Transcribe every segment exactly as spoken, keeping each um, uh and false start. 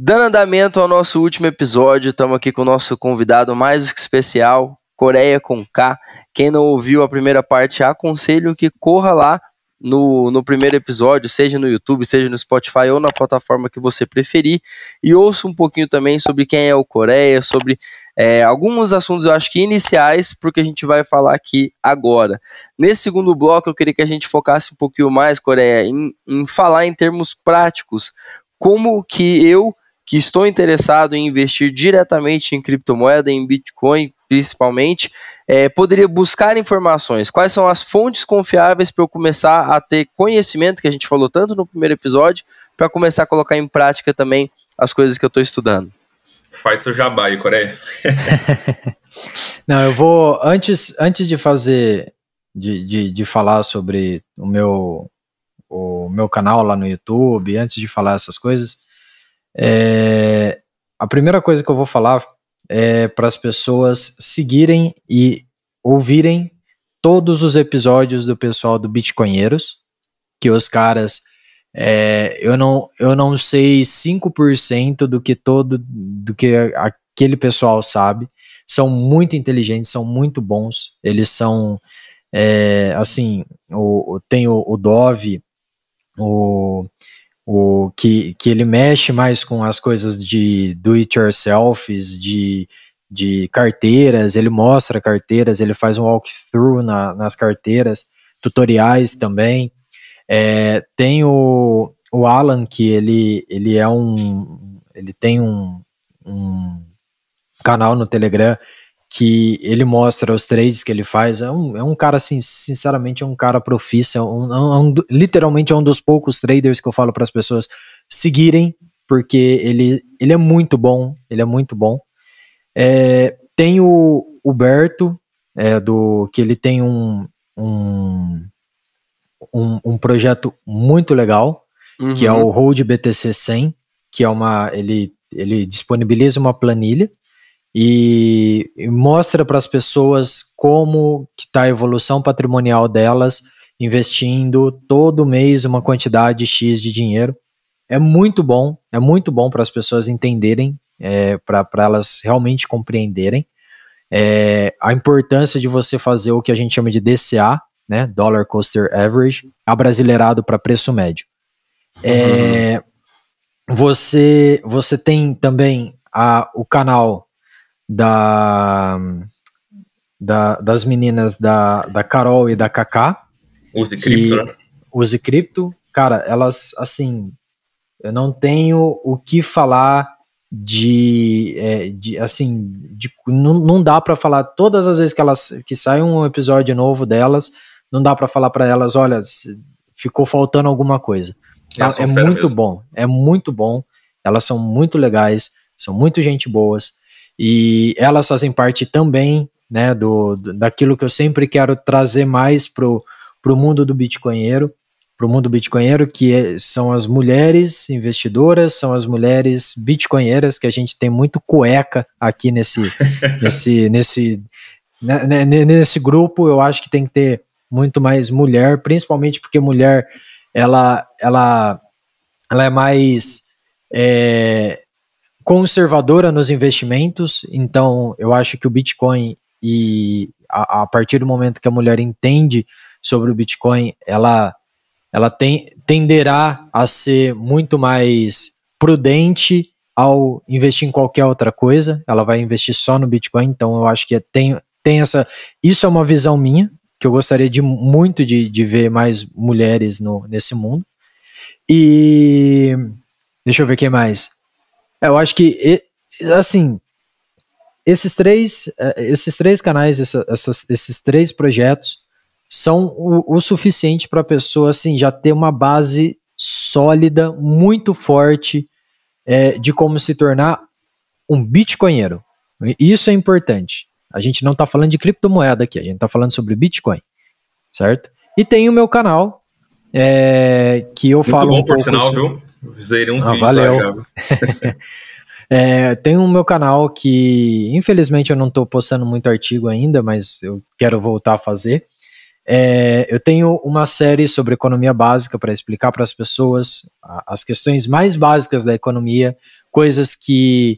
Dando andamento ao nosso último episódio, estamos aqui com o nosso convidado mais do que especial, Coreia com K. Quem não ouviu a primeira parte, aconselho que corra lá no, no primeiro episódio, seja no YouTube, seja no Spotify ou na plataforma que você preferir, e ouça um pouquinho também sobre quem é o Coreia, sobre é, alguns assuntos, eu acho que iniciais, porque a gente vai falar aqui agora. Nesse segundo bloco, eu queria que a gente focasse um pouquinho mais, Coreia, em, em falar em termos práticos, como que eu, que estou interessado em investir diretamente em criptomoeda, em Bitcoin principalmente, é, poderia buscar informações. Quais são as fontes confiáveis para eu começar a ter conhecimento, que a gente falou tanto no primeiro episódio, para começar a colocar em prática também as coisas que eu estou estudando. Faz seu jabá aí, Coreia. Não, eu vou, antes, antes de fazer, de, de, de falar sobre o meu, o meu canal lá no YouTube, antes de falar essas coisas, é, a primeira coisa que eu vou falar é para as pessoas seguirem e ouvirem todos os episódios do pessoal do Bitcoinheiros, que os caras, é, eu, não, eu não sei cinco por cento do que todo, do que aquele pessoal sabe, são muito inteligentes, são muito bons, eles são, é, assim, o, tem o, o Dove, o... O, que, que ele mexe mais com as coisas de do-it-yourselfs, de, de carteiras, ele mostra carteiras, ele faz um walkthrough na, nas carteiras, tutoriais também. É, tem o, o Alan, que ele, ele é um, ele tem um, um canal no Telegram que ele mostra os trades que ele faz. É um, é um cara, assim, sinceramente, é um cara profissa, é um, é um, literalmente é um dos poucos traders que eu falo para as pessoas seguirem, porque ele, ele é muito bom, ele é muito bom. É, tem o, o Berto, é, do, que ele tem um, um, um, um projeto muito legal, uhum. que é o Hold B T C cem, que é uma, ele, ele disponibiliza uma planilha, e mostra para as pessoas como que está a evolução patrimonial delas, investindo todo mês uma quantidade X de dinheiro. É muito bom, é muito bom para as pessoas entenderem, é, para elas realmente compreenderem é, a importância de você fazer o que a gente chama de D C A, né, Dollar Cost Average, abrasileirado para preço médio. É, uhum. você, você tem também a, o canal Da, da, das meninas da, da Carol e da Kaká. Use Cripto, né? Use Cripto. Cara, elas, assim, eu não tenho o que falar de, é, de assim, de, não, não dá pra falar, todas as vezes que elas, que sai um episódio novo delas, não dá pra falar pra elas, olha, ficou faltando alguma coisa. É, é muito mesmo. bom, é muito bom, elas são muito legais, são muito gente boas, e elas fazem parte também, né, do, daquilo que eu sempre quero trazer mais pro, pro mundo do bitcoinheiro, pro mundo bitcoinheiro, que é, são as mulheres investidoras, são as mulheres bitcoinheiras, que a gente tem muito cueca aqui nesse, nesse, nesse, né, nesse grupo. Eu acho que tem que ter muito mais mulher, principalmente porque mulher, ela, ela, ela é mais... É, conservadora nos investimentos, então eu acho que o Bitcoin, e a, a partir do momento que a mulher entende sobre o Bitcoin, ela, ela tem, tenderá a ser muito mais prudente ao investir em qualquer outra coisa, ela vai investir só no Bitcoin, então eu acho que tem, tem essa, isso é uma visão minha, que eu gostaria de muito de, de ver mais mulheres no, nesse mundo. E deixa eu ver o que mais. Eu acho que, assim, esses três, esses três canais, essa, essas, esses três projetos são o, o suficiente para a pessoa, assim, já ter uma base sólida, muito forte, é, de como se tornar um bitcoinheiro. Isso é importante. A gente não está falando de criptomoeda aqui, a gente está falando sobre Bitcoin, certo? E tem o meu canal, é, que eu muito falo bom, um por pouco sinal, sobre... viu? Zerei uns ah, vídeos valeu. lá já. É, tem o meu canal que, infelizmente, eu não estou postando muito artigo ainda, mas eu quero voltar a fazer. É, eu tenho uma série sobre economia básica para explicar para as pessoas as questões mais básicas da economia, coisas que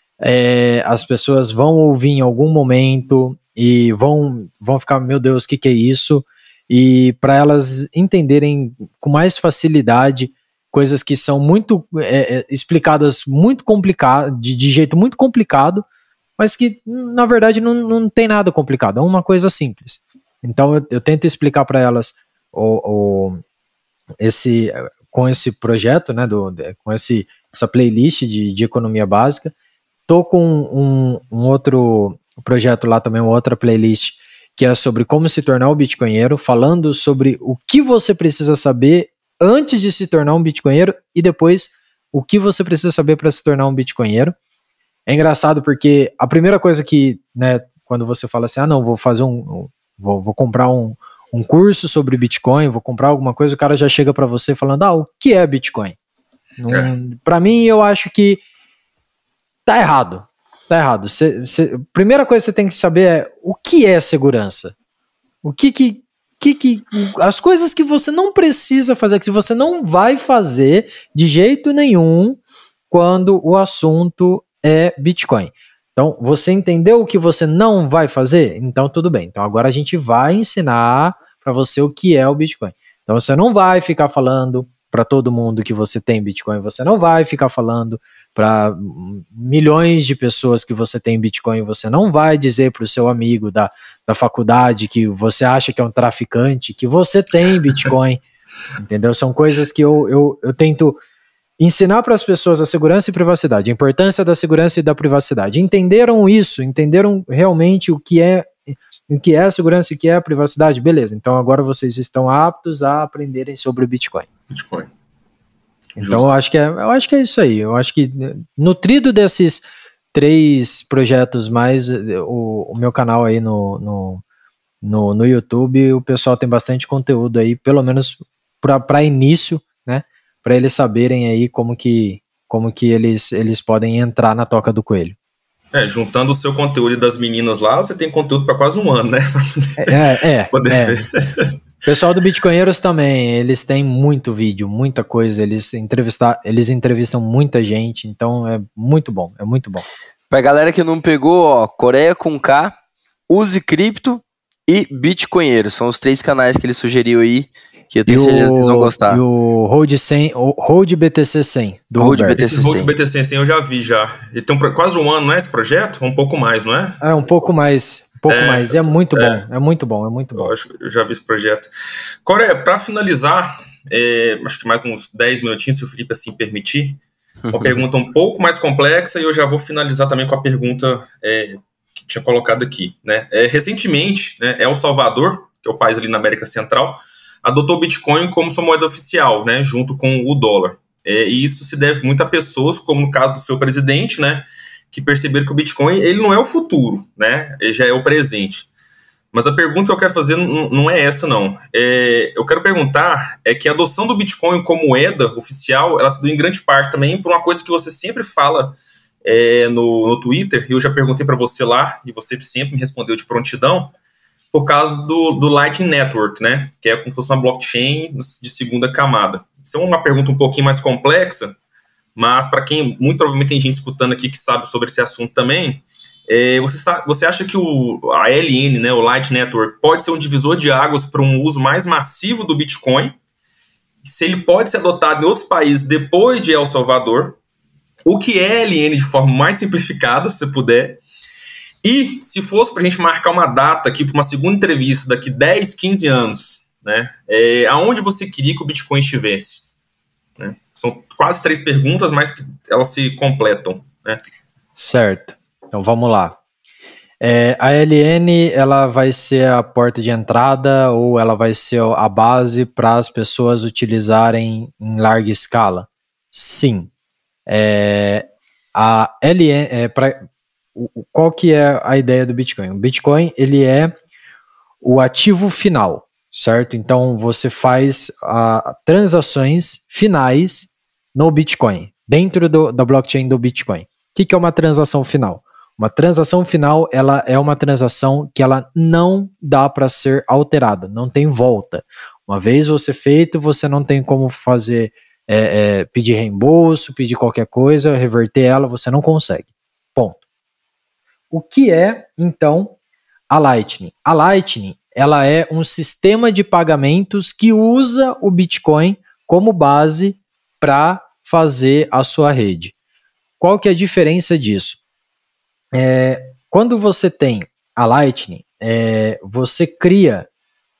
é, as pessoas vão ouvir em algum momento e vão, vão ficar, meu Deus, o que, que é isso? E para elas entenderem com mais facilidade coisas que são muito é, explicadas muito complicado, de, de jeito muito complicado, mas que na verdade não, não tem nada complicado, é uma coisa simples. Então eu, eu tento explicar para elas o, o, esse, com esse projeto, né, do, com esse, essa playlist de, de economia básica. Tô com um, um outro projeto lá também, uma outra playlist, que é sobre como se tornar um bitcoinheiro, falando sobre o que você precisa saber antes de se tornar um bitcoinheiro e depois o que você precisa saber para se tornar um bitcoinheiro. É engraçado porque a primeira coisa que, né, quando você fala assim, ah não, vou fazer um, vou, vou comprar um, um curso sobre Bitcoin, vou comprar alguma coisa, o cara já chega para você falando, ah, o que é Bitcoin? É. Para mim, eu acho que tá errado. Tá errado. Cê, cê, primeira coisa que você tem que saber é o que é segurança. O que que, que que... As coisas que você não precisa fazer, que você não vai fazer de jeito nenhum quando o assunto é Bitcoin. Então, você entendeu o que você não vai fazer? Então, tudo bem. Então, agora a gente vai ensinar para você o que é o Bitcoin. Então, você não vai ficar falando para todo mundo que você tem Bitcoin. Você não vai ficar falando para milhões de pessoas que você tem Bitcoin. Você não vai dizer para o seu amigo da, da faculdade que você acha que é um traficante, que você tem Bitcoin. Entendeu? São coisas que eu, eu, eu tento ensinar para as pessoas a segurança e privacidade, a importância da segurança e da privacidade. Entenderam isso? Entenderam realmente o que é, o que é a segurança e o que é a privacidade? Beleza, então agora vocês estão aptos a aprenderem sobre o Bitcoin. Bitcoin. Então eu acho, que é, eu acho que é isso aí. Eu acho que nutrido desses três projetos mais o, o meu canal aí no, no, no, no YouTube, o pessoal tem bastante conteúdo aí, pelo menos para início, né? Para eles saberem aí como que, como que eles, eles podem entrar na toca do coelho. É, juntando o seu conteúdo e das meninas lá, você tem conteúdo para quase um ano, né? É, é, poder é. Ver. Pessoal do Bitcoinheiros também, eles têm muito vídeo, muita coisa, eles, entrevistar, eles entrevistam muita gente, então é muito bom, é muito bom. Pra galera que não pegou, ó, Coreia com K, Use Cripto e Bitcoinheiros, são os três canais que ele sugeriu aí, que eu tenho e certeza o, que eles vão gostar. E o Hold, cem, o Hold B T C cem. Do Hold B T C cem. Esse Hold B T C cem eu já vi já. Ele tem um, quase um ano, não é esse projeto? Um pouco mais, não é? É, um pouco mais. Um pouco é, mais. E é muito é, bom. É muito bom, é muito bom. Eu, acho, eu já vi esse projeto. Coreia, para finalizar, é, acho que mais uns dez minutinhos, se o Felipe assim permitir, uma pergunta um pouco mais complexa e eu já vou finalizar também com a pergunta é, que tinha colocado aqui. Né? É, recentemente, né, El Salvador, que é o país ali na América Central, adotou o Bitcoin como sua moeda oficial, né, junto com o dólar. É, e isso se deve muito a pessoas, como no caso do seu presidente, né, que perceberam que o Bitcoin ele não é o futuro, né, ele já é o presente. Mas a pergunta que eu quero fazer não, não é essa, não. É, eu quero perguntar é que a adoção do Bitcoin como moeda oficial, ela se deu em grande parte também por uma coisa que você sempre fala é, no, no Twitter, e eu já perguntei para você lá, e você sempre me respondeu de prontidão, por causa do, do Lightning Network, né? Que é como se fosse uma blockchain de segunda camada. Isso é uma pergunta um pouquinho mais complexa, mas para quem, muito provavelmente tem gente escutando aqui que sabe sobre esse assunto também, é, você, você acha que o, a L N, né, o Lightning Network, pode ser um divisor de águas para um uso mais massivo do Bitcoin? Se ele pode ser adotado em outros países depois de El Salvador, o que é L N de forma mais simplificada, se você puder? E se fosse para a gente marcar uma data aqui para uma segunda entrevista daqui dez, quinze anos, né, é, aonde você queria que o Bitcoin estivesse? Né? São quase três perguntas, mas que elas se completam. Né? Certo. Então vamos lá. É, a L N ela vai ser a porta de entrada ou ela vai ser a base para as pessoas utilizarem em larga escala? Sim. É, a L N é para qual que é a ideia do Bitcoin? O Bitcoin, ele é o ativo final, certo? Então, você faz uh, transações finais no Bitcoin, dentro do, da blockchain do Bitcoin. O que, que é uma transação final? Uma transação final, ela é uma transação que ela não dá para ser alterada, não tem volta. Uma vez você feito, você não tem como fazer é, é, pedir reembolso, pedir qualquer coisa, reverter ela, você não consegue. Ponto. O que é, então, a Lightning? A Lightning, ela é um sistema de pagamentos que usa o Bitcoin como base para fazer a sua rede. Qual que é a diferença disso? É, quando você tem a Lightning, é, você cria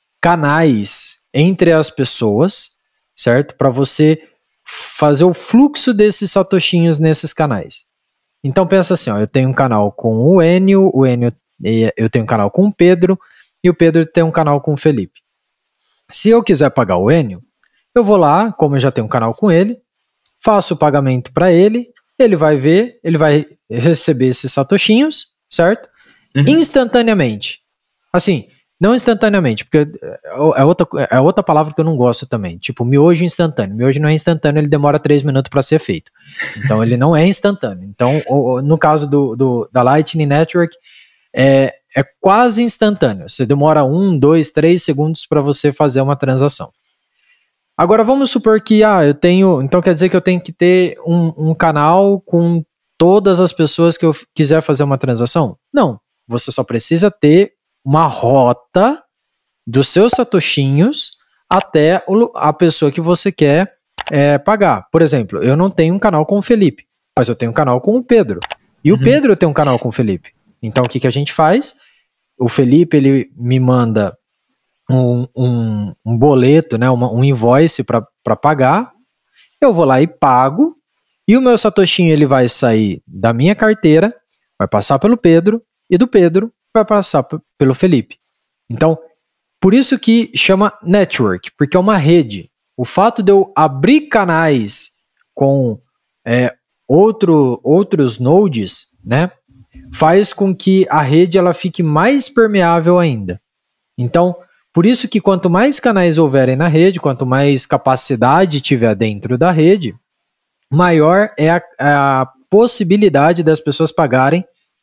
canais entre as pessoas, certo? Para você fazer o fluxo desses satoshinhos nesses canais. Então pensa assim, ó, eu tenho um canal com o Enio, o Enio, eu tenho um canal com o Pedro, e o Pedro tem um canal com o Felipe. Se eu quiser pagar o Enio, eu vou lá, como eu já tenho um canal com ele, faço o pagamento para ele, ele vai ver, ele vai receber esses satoshinhos, certo? Uhum. Instantaneamente. Assim, não instantaneamente, porque é outra, é outra palavra que eu não gosto também. Tipo, miojo instantâneo. Miojo não é instantâneo, ele demora três minutos para ser feito. Então, ele não é instantâneo. Então, no caso do, do, da Lightning Network, é, é quase instantâneo. Você demora um, dois, três segundos para você fazer uma transação. Agora, vamos supor que, ah, eu tenho... Então, quer dizer que eu tenho que ter um, um canal com todas as pessoas que eu quiser fazer uma transação? Não. Você só precisa ter uma rota dos seus satoshinhos até a pessoa que você quer é, pagar. Por exemplo, eu não tenho um canal com o Felipe, mas eu tenho um canal com o Pedro. E uhum. o Pedro tem um canal com o Felipe. Então, o que, que a gente faz? O Felipe, ele me manda um, um, um boleto, né, uma, um invoice para pagar. Eu vou lá e pago. E o meu satoshinho, ele vai sair da minha carteira, vai passar pelo Pedro, e do Pedro vai passar p- pelo Felipe. Então, por isso que chama network, porque é uma rede. O fato de eu abrir canais com é, outro, outros nodes, né, faz com que a rede ela fique mais permeável ainda. Então, por isso que quanto mais canais houverem na rede, quanto mais capacidade tiver dentro da rede, maior é a, a possibilidade das pessoas pagarem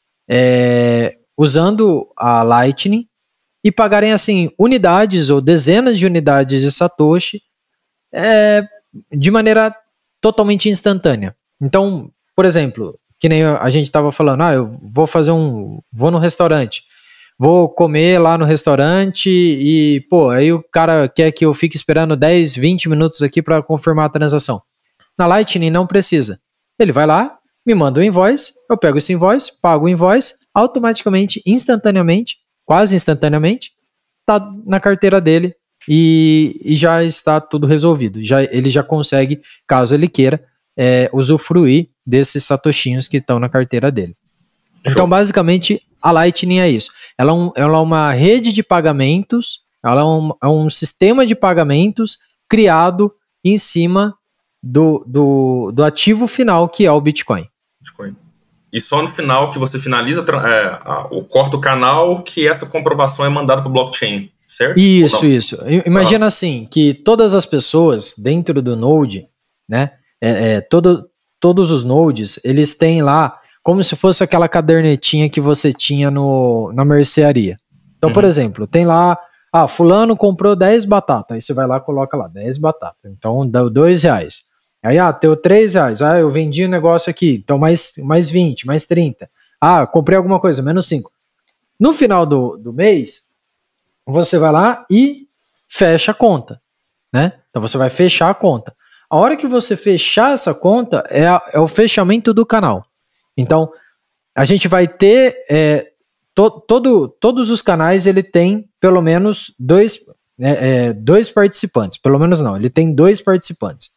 é, usando a Lightning e pagarem assim unidades ou dezenas de unidades de Satoshi é, de maneira totalmente instantânea. Então, por exemplo, que nem a gente estava falando, ah, eu vou fazer um, vou no restaurante, vou comer lá no restaurante e, pô, aí o cara quer que eu fique esperando dez, vinte minutos aqui para confirmar a transação. Na Lightning não precisa. Ele vai lá, me manda um invoice, eu pego esse invoice, pago o invoice, automaticamente, instantaneamente, quase instantaneamente, está na carteira dele e, e já está tudo resolvido. Já, ele já consegue, caso ele queira, é, usufruir desses satoshinhos que estão na carteira dele. Show. Então, basicamente, a Lightning é isso. Ela é, um, ela é uma rede de pagamentos, ela é um, é um sistema de pagamentos criado em cima do, do, do ativo final, que é o Bitcoin. Bitcoin. E só no final que você finaliza é, a, o corta o canal que essa comprovação é mandada para o blockchain, certo? Isso, isso. Imagina ah. assim, que todas as pessoas dentro do node, né, é, é, todo, todos os nodes, eles têm lá como se fosse aquela cadernetinha que você tinha no, na mercearia. Então, uhum. por exemplo, tem lá, ah, fulano comprou dez batatas, aí você vai lá e coloca lá, dez batatas, então dá dois reais. Aí, ah, deu três reais, ah, eu vendi um negócio aqui, então mais, mais vinte, mais trinta. Ah, comprei alguma coisa, menos cinco. No final do, do mês, você vai lá e fecha a conta, né? Então você vai fechar a conta. A hora que você fechar essa conta, é, a, é o fechamento do canal. Então, a gente vai ter, é, to, todo, todos os canais, ele tem pelo menos dois, é, é, dois participantes, pelo menos não, ele tem dois participantes.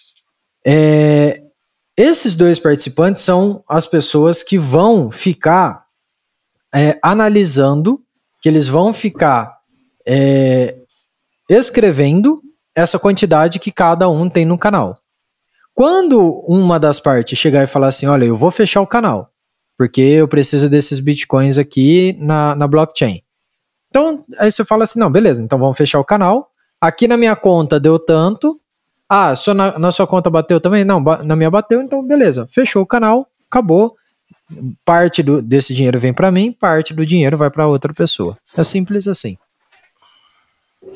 É, esses dois participantes são as pessoas que vão ficar é, analisando, que eles vão ficar é, escrevendo essa quantidade que cada um tem no canal. Quando uma das partes chegar e falar assim, olha, eu vou fechar o canal, porque eu preciso desses bitcoins aqui na, na blockchain. Então, aí você fala assim, não, beleza, então vamos fechar o canal. Aqui na minha conta deu tanto. Ah, só na, na sua conta bateu também? Não, na minha bateu, então beleza, fechou o canal, acabou. Parte do, desse dinheiro vem para mim, parte do dinheiro vai para outra pessoa. É simples assim.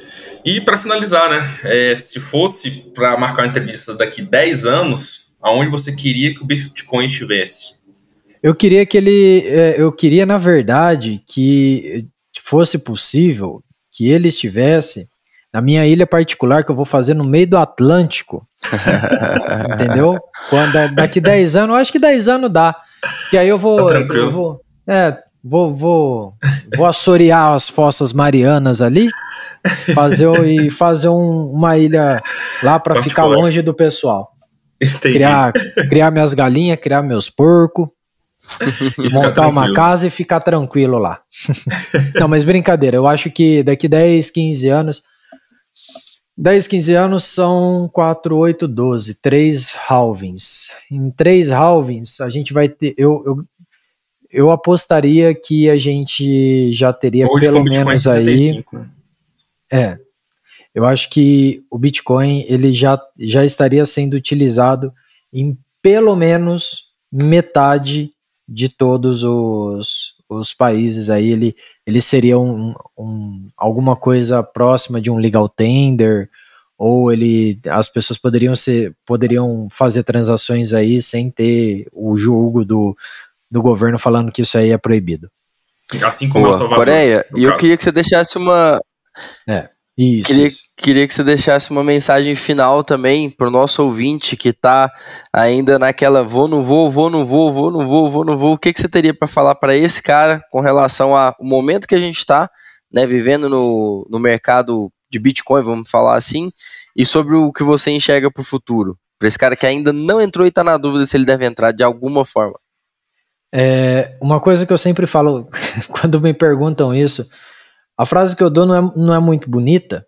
E para finalizar, né, é, se fosse para marcar uma entrevista daqui dez anos, aonde você queria que o Bitcoin estivesse? Eu queria que ele, eu queria na verdade que fosse possível que ele estivesse na minha ilha particular que eu vou fazer no meio do Atlântico, entendeu? Quando daqui dez anos, eu acho que dez anos dá, que aí eu vou, tá eu vou, é, vou, vou, vou assorear as fossas marianas ali, fazer e fazer um, uma ilha lá para ficar longe do pessoal. Entendi. Criar, criar minhas galinhas, criar meus porcos, montar uma casa e ficar tranquilo lá. Não, mas brincadeira, eu acho que daqui dez, quinze anos, dez, quinze anos são quatro, oito, doze, três halvings. Em três halvings a gente vai ter, eu, eu, eu apostaria que a gente já teria hoje pelo menos aí, é, eu acho que o Bitcoin ele já, já estaria sendo utilizado em pelo menos metade de todos os, os países aí, ele, ele seria um, um, alguma coisa próxima de um legal tender, ou ele, as pessoas poderiam, ser, poderiam fazer transações aí sem ter o julgo do, do governo falando que isso aí é proibido. Assim como Boa, Coreia, e eu queria que você deixasse uma... É. Isso, queria, isso. queria que você deixasse uma mensagem final também pro nosso ouvinte que tá ainda naquela vou, não vou, vou, não vou, vou, não vou, vou, não vou. O que, que você teria para falar para esse cara com relação ao momento que a gente tá, né, vivendo no, no mercado de Bitcoin, vamos falar assim, e sobre o que você enxerga pro futuro? Para esse cara que ainda não entrou e tá na dúvida se ele deve entrar de alguma forma. É, uma coisa que eu sempre falo quando me perguntam isso, a frase que eu dou não é, não é muito bonita,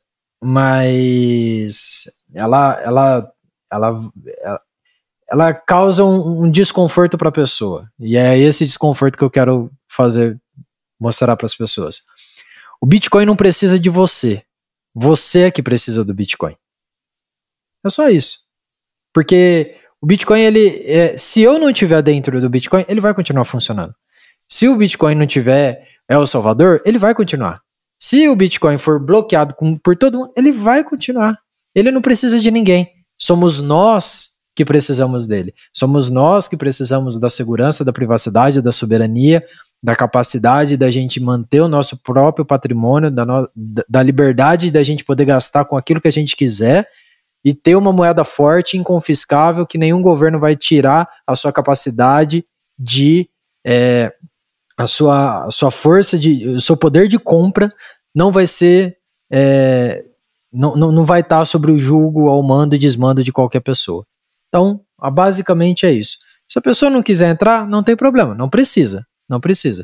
mas ela, ela, ela, ela, ela causa um, um desconforto para a pessoa. E é esse desconforto que eu quero fazer, mostrar para as pessoas. O Bitcoin não precisa de você. Você é que precisa do Bitcoin. É só isso. Porque o Bitcoin, ele, é, se eu não estiver dentro do Bitcoin, ele vai continuar funcionando. Se o Bitcoin não tiver El Salvador, ele vai continuar. Se o Bitcoin for bloqueado com, por todo mundo, ele vai continuar. Ele não precisa de ninguém. Somos nós que precisamos dele. Somos nós que precisamos da segurança, da privacidade, da soberania, da capacidade da gente manter o nosso próprio patrimônio, da, no, da liberdade da gente poder gastar com aquilo que a gente quiser e ter uma moeda forte, inconfiscável, que nenhum governo vai tirar a sua capacidade de... É, A sua, a sua força, de, o seu poder de compra não vai ser, é, não, não, não vai estar sobre o julgo ao mando e desmando de qualquer pessoa. Então, basicamente é isso. Se a pessoa não quiser entrar, não tem problema, não precisa, não precisa.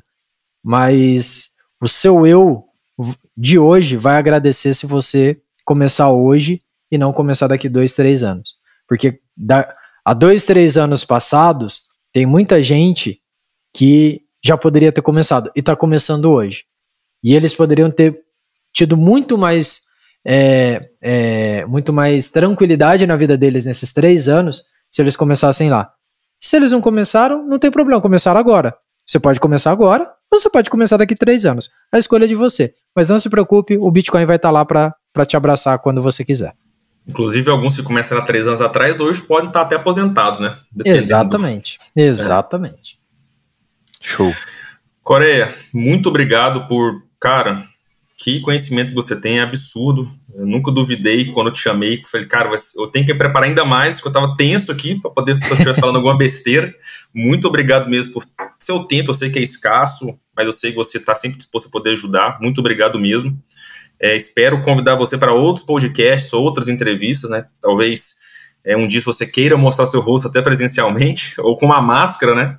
Mas o seu eu de hoje vai agradecer se você começar hoje e não começar daqui dois, três anos. Porque da, há dois, três anos passados, tem muita gente que já poderia ter começado, e está começando hoje. E eles poderiam ter tido muito mais, é, é, muito mais tranquilidade na vida deles nesses três anos, se eles começassem lá. Se eles não começaram, não tem problema, começaram agora. Você pode começar agora, ou você pode começar daqui três anos. A escolha é de você. Mas não se preocupe, o Bitcoin vai estar lá para te abraçar quando você quiser. Inclusive, alguns que começaram há três anos atrás, hoje podem estar até aposentados, né? Dependendo Exatamente, do... exatamente. É. Show. Coreia, muito obrigado por, cara, que conhecimento que você tem, é absurdo. Eu nunca duvidei quando eu te chamei, falei, cara, eu tenho que me preparar ainda mais, porque eu tava tenso aqui para poder, se eu estivesse falando alguma besteira. Muito obrigado mesmo por seu tempo, eu sei que é escasso, mas eu sei que você está sempre disposto a poder ajudar. Muito obrigado mesmo. É, espero convidar você para outros podcasts, outras entrevistas, né? Talvez é, um dia se você queira mostrar seu rosto até presencialmente, ou com uma máscara, né?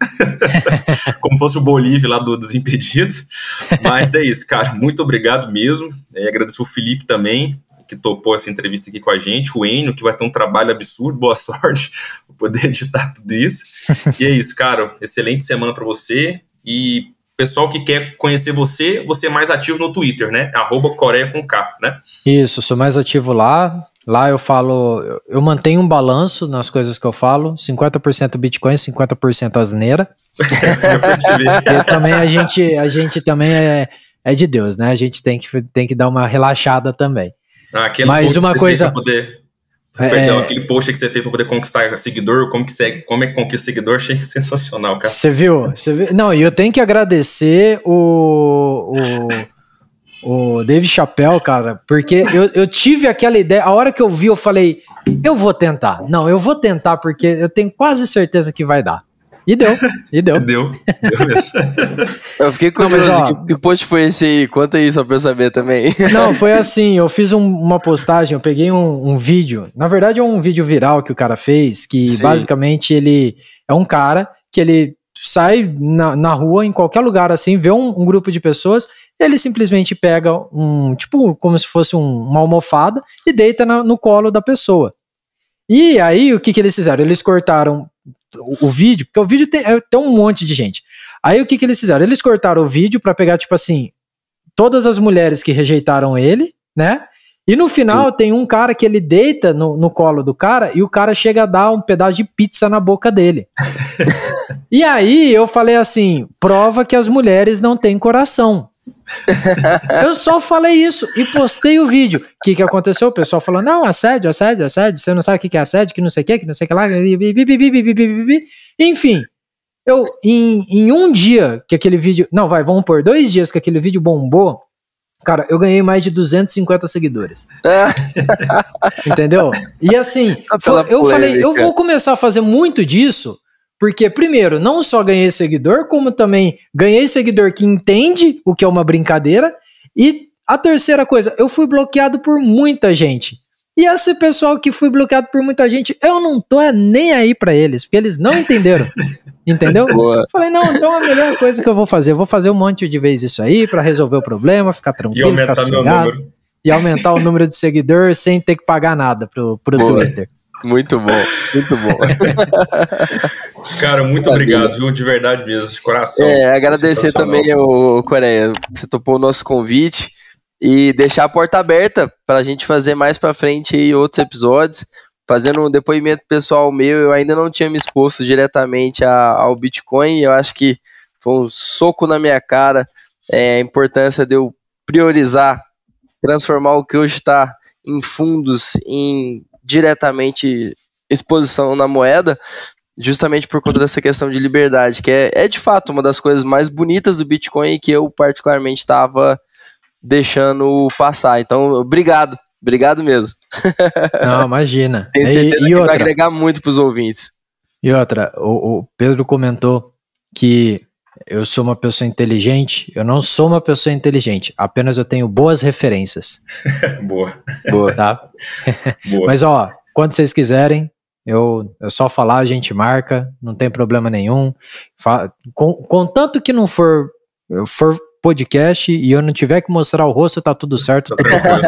Como fosse o Bolívia lá do Desimpedidos. Mas é isso, cara. Muito obrigado mesmo. É, agradeço o Felipe também, que topou essa entrevista aqui com a gente. O Enio, que vai ter um trabalho absurdo. Boa sorte para poder editar tudo isso. E é isso, cara. Excelente semana para você. E pessoal que quer conhecer você, você é mais ativo no Twitter, né? Arroba Coreia com K, né? Isso, sou mais ativo lá. Lá eu falo, eu mantenho um balanço nas coisas que eu falo, cinquenta por cento Bitcoin, cinquenta por cento asneira. E também a gente, a gente também é, é de Deus, né? A gente tem que, tem que dar uma relaxada também. Ah, aquele Mas post uma que você coisa... fez pra poder... É... Perdão, aquele post que você fez pra poder conquistar seguidor, como que segue, como é que conquista seguidor, achei sensacional, cara. Você viu? Você viu? Não, e eu tenho que agradecer o... o... o Dave Chappelle, cara, porque eu, eu tive aquela ideia, a hora que eu vi, eu falei, eu vou tentar. Não, eu vou tentar, porque eu tenho quase certeza que vai dar. E deu, e deu. Deu, deu mesmo. Eu fiquei curioso, não, mas, ó, que, que post foi esse aí? Conta aí só pra eu saber também. Não, foi assim, eu fiz um, uma postagem, eu peguei um, um vídeo, na verdade é um vídeo viral que o cara fez, que Sim. basicamente ele é um cara que ele sai na, na rua, em qualquer lugar assim, vê um, um grupo de pessoas, ele simplesmente pega um, tipo, como se fosse um, uma almofada e deita na, no colo da pessoa. E aí, o que que eles fizeram? Eles cortaram o, o vídeo, porque o vídeo tem, tem um monte de gente. Aí, o que que eles fizeram? Eles cortaram o vídeo pra pegar, tipo assim, todas as mulheres que rejeitaram ele, né? E no final, Sim. tem um cara que ele deita no, no colo do cara e o cara chega a dar um pedaço de pizza na boca dele. E aí, eu falei assim, prova que as mulheres não têm coração. Eu só falei isso e postei o vídeo. O que que aconteceu? O pessoal falou, não, assédio, assédio, assédio, você não sabe o que é assédio, que não sei o que, que não sei o que lá, enfim, eu, em, em um dia que aquele vídeo, não, vai, vamos por dois dias que aquele vídeo bombou, cara, eu ganhei mais de duzentos e cinquenta seguidores. Entendeu? E assim, foi, eu falei, eu vou começar a fazer muito disso, porque, primeiro, não só ganhei seguidor, como também ganhei seguidor que entende o que é uma brincadeira. E a terceira coisa, eu fui bloqueado por muita gente. E esse pessoal que fui bloqueado por muita gente, eu não tô nem aí pra eles, porque eles não entenderam. Entendeu? Boa. Falei, não, então a melhor coisa que eu vou fazer, eu vou fazer um monte de vezes isso aí pra resolver o problema, ficar tranquilo, ficar sossegado. E aumentar o número de seguidores sem ter que pagar nada pro, pro Twitter. Muito bom, muito bom. Cara, muito Maravilha. obrigado, viu? De verdade mesmo, de coração. É, agradecer também o Coreia, você topou o nosso convite e deixar a porta aberta para a gente fazer mais para frente aí outros episódios. Fazendo um depoimento pessoal meu, eu ainda não tinha me exposto diretamente a, ao Bitcoin, eu acho que foi um soco na minha cara, é, a importância de eu priorizar, transformar o que hoje está em fundos, em diretamente exposição na moeda, justamente por conta dessa questão de liberdade, que é, é de fato uma das coisas mais bonitas do Bitcoin e que eu particularmente estava deixando passar. Então, obrigado, obrigado mesmo. Não, imagina. Tenho certeza e, e que outra, vai agregar muito para os ouvintes. E outra, o, o Pedro comentou que eu sou uma pessoa inteligente. Eu não sou uma pessoa inteligente, apenas eu tenho boas referências. Boa. Boa. Tá? Boa. Mas ó, quando vocês quiserem, eu, é só falar, a gente marca, não tem problema nenhum. Fa- com, contanto que não for, for podcast e eu não tiver que mostrar o rosto, tá tudo certo.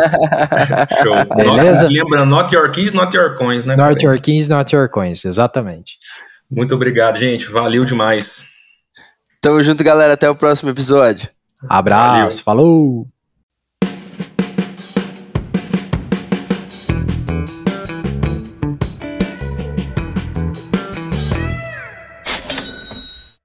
Show. Beleza? Not, lembra, not your keys, not your coins, né? Not your keys, not your coins, exatamente. Muito obrigado, gente. Valeu demais. Tamo junto, galera. Até o próximo episódio. Abraço, Valeu. Falou!